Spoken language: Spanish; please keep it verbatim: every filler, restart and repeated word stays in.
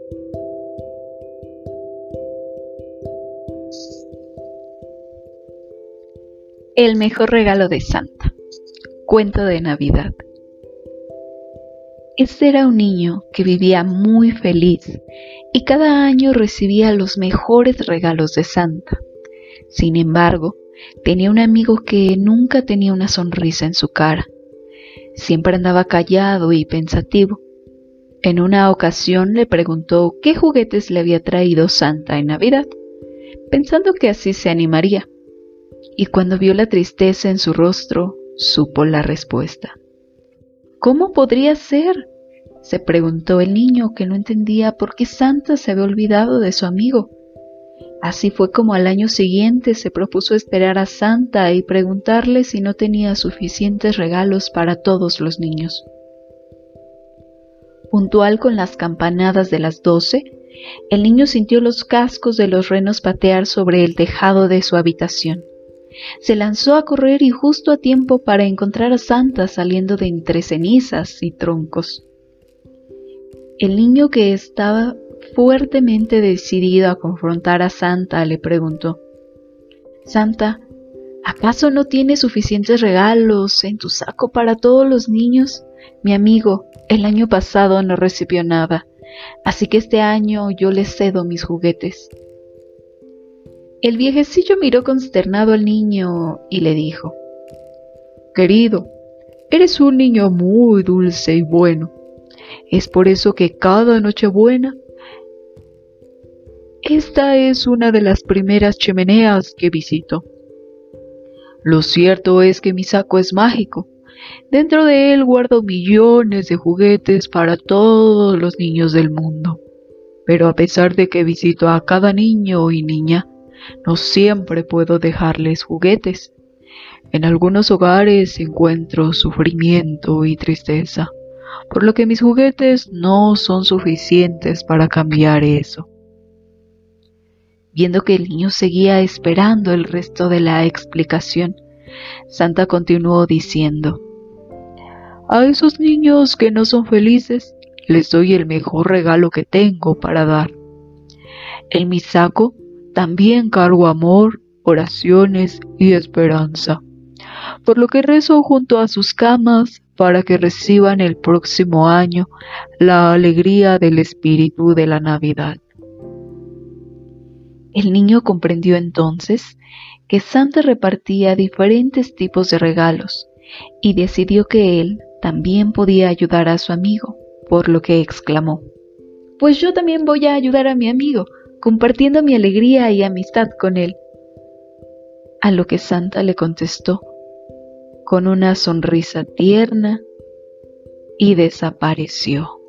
El mejor regalo de Santa. Cuento de Navidad. Este era un niño que vivía muy feliz y cada año recibía los mejores regalos de Santa. Sin embargo, tenía un amigo que nunca tenía una sonrisa en su cara. Siempre andaba callado y pensativo. En una ocasión le preguntó qué juguetes le había traído Santa en Navidad, pensando que así se animaría. Y cuando vio la tristeza en su rostro, supo la respuesta. ¿Cómo podría ser?, se preguntó el niño, que no entendía por qué Santa se había olvidado de su amigo. Así fue como al año siguiente se propuso esperar a Santa y preguntarle si no tenía suficientes regalos para todos los niños. Puntual con las campanadas de las doce, el niño sintió los cascos de los renos patear sobre el tejado de su habitación. Se lanzó a correr y justo a tiempo para encontrar a Santa saliendo de entre cenizas y troncos. El niño, que estaba fuertemente decidido a confrontar a Santa, le preguntó: «Santa, ¿acaso no tienes suficientes regalos en tu saco para todos los niños? Mi amigo el año pasado no recibió nada, así que este año yo le cedo mis juguetes». El viejecillo miró consternado al niño y le dijo: «Querido, eres un niño muy dulce y bueno. Es por eso que cada Nochebuena, esta es una de las primeras chimeneas que visito. Lo cierto es que mi saco es mágico. Dentro de él guardo millones de juguetes para todos los niños del mundo. Pero a pesar de que visito a cada niño y niña, no siempre puedo dejarles juguetes. En algunos hogares encuentro sufrimiento y tristeza, por lo que mis juguetes no son suficientes para cambiar eso». Viendo que el niño seguía esperando el resto de la explicación, Santa continuó diciendo: «A esos niños que no son felices, les doy el mejor regalo que tengo para dar. En mi saco también cargo amor, oraciones y esperanza, por lo que rezo junto a sus camas para que reciban el próximo año la alegría del espíritu de la Navidad». El niño comprendió entonces que Santa repartía diferentes tipos de regalos y decidió que él también podía ayudar a su amigo, por lo que exclamó: «Pues yo también voy a ayudar a mi amigo, compartiendo mi alegría y amistad con él». A lo que Santa le contestó con una sonrisa tierna y desapareció.